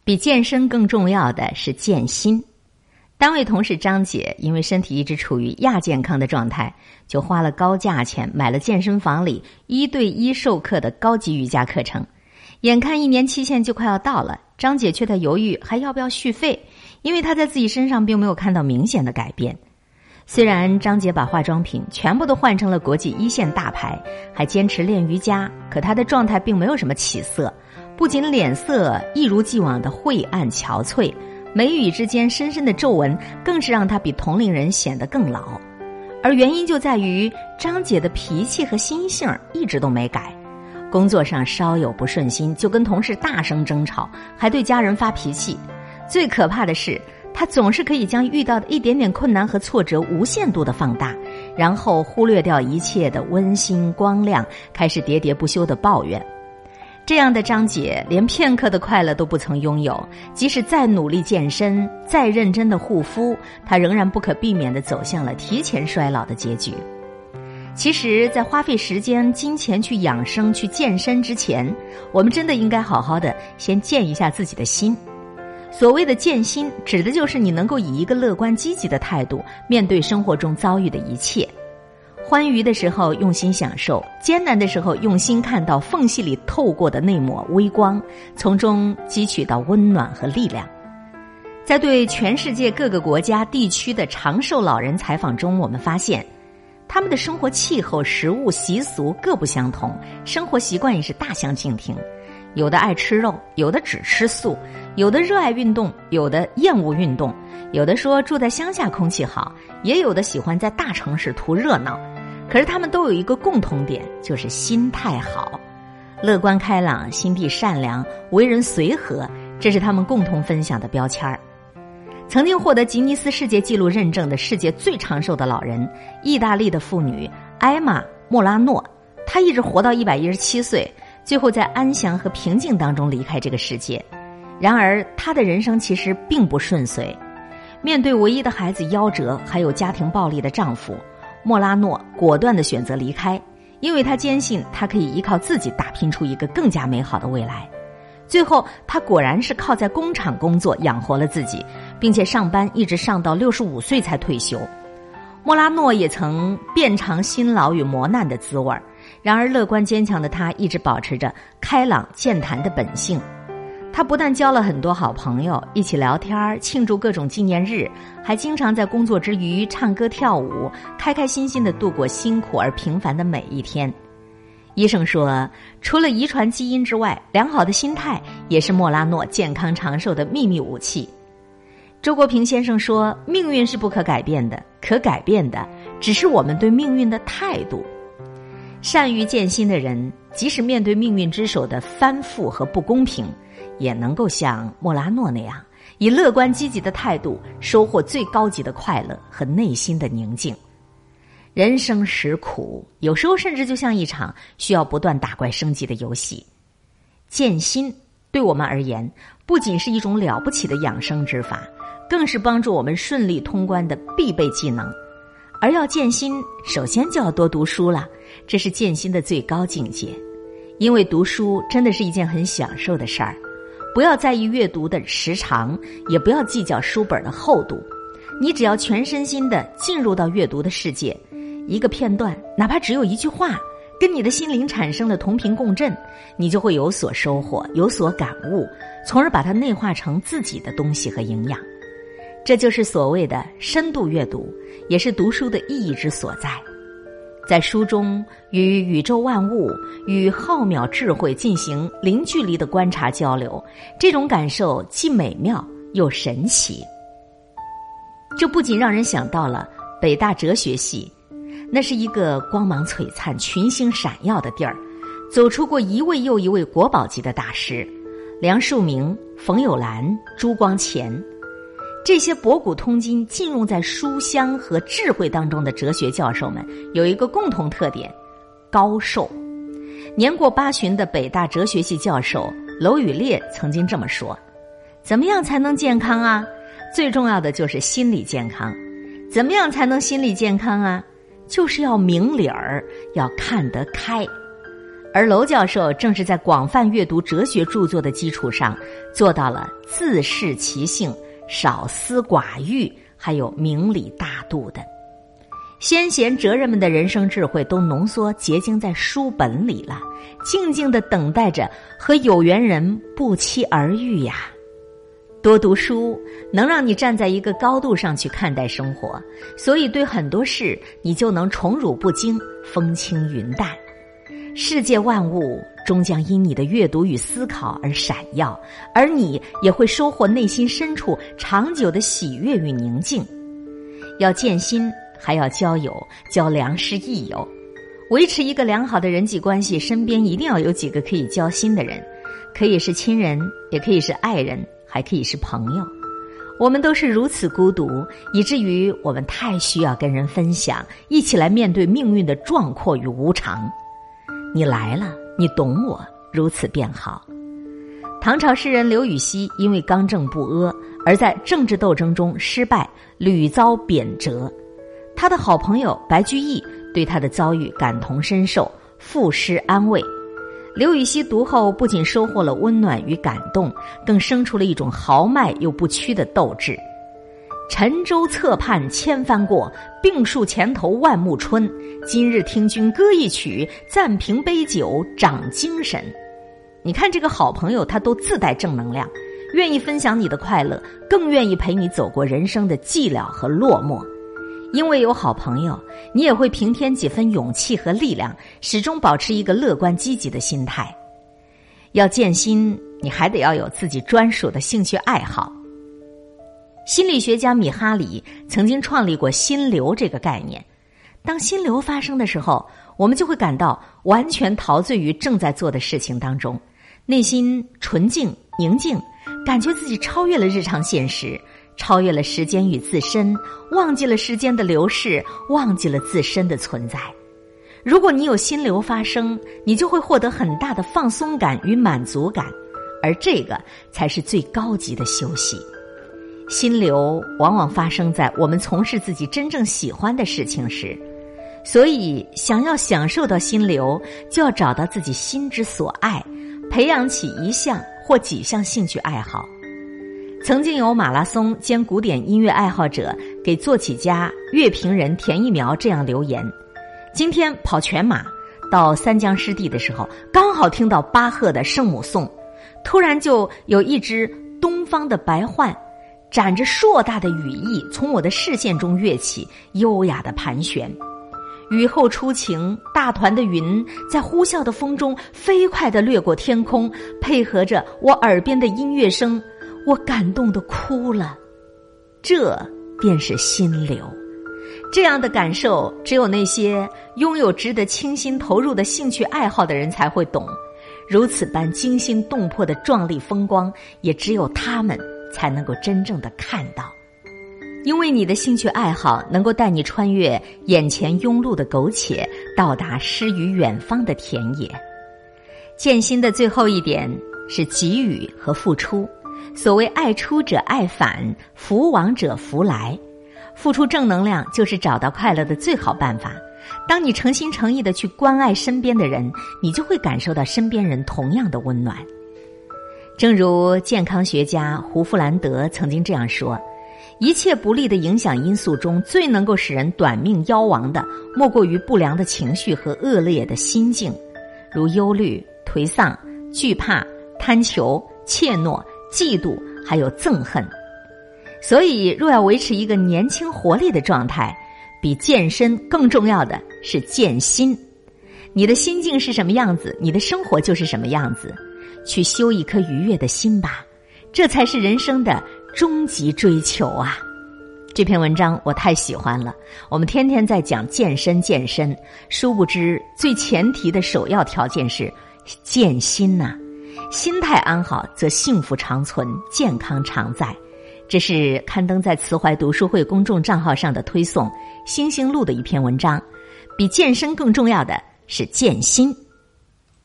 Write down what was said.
比健身更重要的是健心。单位同事张姐因为身体一直处于亚健康的状态，就花了高价钱买了健身房里1对1授课的高级瑜伽课程。眼看1年期限就快要到了，张姐却在犹豫还要不要续费，因为她在自己身上并没有看到明显的改变。虽然张姐把化妆品全部都换成了国际1线大牌，还坚持练瑜伽，可她的状态并没有什么起色，不仅脸色一如既往的晦暗憔悴，眉宇之间深深的皱纹更是让她比同龄人显得更老。而原因就在于张姐的脾气和心性一直都没改，工作上稍有不顺心就跟同事大声争吵，还对家人发脾气。最可怕的是，她总是可以将遇到的一点点困难和挫折无限度的放大，然后忽略掉一切的温馨光亮，开始喋喋不休的抱怨。这样的张姐连片刻的快乐都不曾拥有，即使再努力健身，再认真的护肤，她仍然不可避免地走向了提前衰老的结局。其实在花费时间金钱去养生去健身之前，我们真的应该好好的先健一下自己的心。所谓的健心，指的就是你能够以一个乐观积极的态度面对生活中遭遇的一切。欢愉的时候用心享受，艰难的时候用心看到缝隙里透过的那抹微光，从中汲取到温暖和力量。在对全世界各个国家地区的长寿老人采访中，我们发现他们的生活气候、食物、习俗各不相同，生活习惯也是大相径庭。有的爱吃肉，有的只吃素，有的热爱运动，有的厌恶运动，有的说住在乡下空气好，也有的喜欢在大城市图热闹。可是他们都有一个共同点，就是心态好，乐观开朗，心地善良，为人随和，这是他们共同分享的标签儿。曾经获得吉尼斯世界纪录认证的世界最长寿的老人，意大利的妇女艾玛·莫拉诺，她一直活到117岁，最后在安详和平静当中离开这个世界。然而她的人生其实并不顺遂，面对唯一的孩子夭折，还有家庭暴力的丈夫，莫拉诺果断地选择离开，因为她坚信她可以依靠自己打拼出一个更加美好的未来。最后她果然是靠在工厂工作养活了自己，并且上班一直上到65岁才退休。莫拉诺也曾遍尝辛劳与磨难的滋味，然而乐观坚强的她一直保持着开朗健谈的本性。她不但交了很多好朋友，一起聊天庆祝各种纪念日，还经常在工作之余唱歌跳舞，开开心心地度过辛苦而平凡的每一天。医生说，除了遗传基因之外，良好的心态也是莫拉诺健康长寿的秘密武器。周国平先生说，命运是不可改变的，可改变的只是我们对命运的态度。善于健心的人，即使面对命运之手的翻覆和不公平，也能够像莫拉诺那样，以乐观积极的态度收获最高级的快乐和内心的宁静。人生实苦，有时候甚至就像一场需要不断打怪升级的游戏。健心对我们而言，不仅是一种了不起的养生之法，更是帮助我们顺利通关的必备技能。而要健心，首先就要多读书了，这是健心的最高境界。因为读书真的是一件很享受的事儿，不要在意阅读的时长，也不要计较书本的厚度，你只要全身心地进入到阅读的世界，一个片段，哪怕只有一句话，跟你的心灵产生了同频共振，你就会有所收获，有所感悟，从而把它内化成自己的东西和营养。这就是所谓的深度阅读，也是读书的意义之所在。在书中与宇宙万物、与浩渺智慧进行零距离的观察交流，这种感受既美妙又神奇。这不仅让人想到了北大哲学系，那是一个光芒璀璨、群星闪耀的地儿，走出过一位又一位国宝级的大师，梁漱溟、冯友兰、朱光潜。这些博古通今、浸润在书香和智慧当中的哲学教授们，有一个共同特点：高寿。年过80的北大哲学系教授娄宇烈曾经这么说：怎么样才能健康啊？最重要的就是心理健康。怎么样才能心理健康啊？就是要明理儿，要看得开。 而娄教授正是在广泛阅读哲学著作的基础上，做到了自适其性、少思寡欲，还有明理大度的。先贤哲人们的人生智慧都浓缩结晶在书本里了，静静地等待着和有缘人不期而遇呀。多读书能让你站在一个高度上去看待生活，所以对很多事你就能宠辱不惊，风轻云淡。世界万物终将因你的阅读与思考而闪耀，而你也会收获内心深处长久的喜悦与宁静。要建心，还要交友，交良师益友。维持一个良好的人际关系，身边一定要有几个可以交心的人，可以是亲人，也可以是爱人，还可以是朋友。我们都是如此孤独，以至于我们太需要跟人分享，一起来面对命运的壮阔与无常。你来了，你懂我，如此便好。唐朝诗人刘禹锡因为刚正不阿，而在政治斗争中失败，屡遭贬谪。他的好朋友白居易对他的遭遇感同身受，赋诗安慰。刘禹锡读后不仅收获了温暖与感动，更生出了一种豪迈又不屈的斗志。沉舟侧畔千帆过，病树前头万木春。今日听君歌一曲，暂凭杯酒长精神。你看这个好朋友，他都自带正能量，愿意分享你的快乐，更愿意陪你走过人生的寂寥和落寞。因为有好朋友，你也会平添几分勇气和力量，始终保持一个乐观积极的心态。要建心，你还得要有自己专属的兴趣爱好。心理学家米哈里曾经创立过心流这个概念。当心流发生的时候，我们就会感到完全陶醉于正在做的事情当中，内心纯净宁静，感觉自己超越了日常现实，超越了时间与自身，忘记了时间的流逝，忘记了自身的存在。如果你有心流发生，你就会获得很大的放松感与满足感，而这个才是最高级的休息。心流往往发生在我们从事自己真正喜欢的事情时，所以想要享受到心流，就要找到自己心之所爱，培养起一项或几项兴趣爱好。曾经有马拉松兼古典音乐爱好者给作曲家、乐评人田一苗这样留言：今天跑全马，到三江湿地的时候，刚好听到巴赫的圣母颂，突然就有一只东方的白鹳，展着硕大的羽翼从我的视线中跃起，优雅的盘旋。雨后初晴，大团的云在呼啸的风中飞快地掠过天空，配合着我耳边的音乐声，我感动得哭了。这便是心流。这样的感受，只有那些拥有值得倾心投入的兴趣爱好的人才会懂。如此般惊心动魄的壮丽风光，也只有他们才能够真正的看到。因为你的兴趣爱好能够带你穿越眼前庸碌的苟且，到达诗与远方的田野。建心的最后一点是给予和付出。所谓爱出者爱返，福往者福来。付出正能量就是找到快乐的最好办法。当你诚心诚意地去关爱身边的人，你就会感受到身边人同样的温暖。正如健康学家胡弗兰德曾经这样说，一切不利的影响因素中，最能够使人短命夭亡的，莫过于不良的情绪和恶劣的心境，如忧虑、颓丧、惧怕、贪求、怯懦、嫉妒，还有憎恨。所以若要维持一个年轻活力的状态，比健身更重要的是健心。你的心境是什么样子，你的生活就是什么样子。去修一颗愉悦的心吧，这才是人生的终极追求啊！这篇文章我太喜欢了。我们天天在讲健身，殊不知最前提的首要条件是健心呐。心态安好，则幸福长存，健康常在。这是刊登在慈怀读书会公众账号上的推送星星录的一篇文章。比健身更重要的是健心。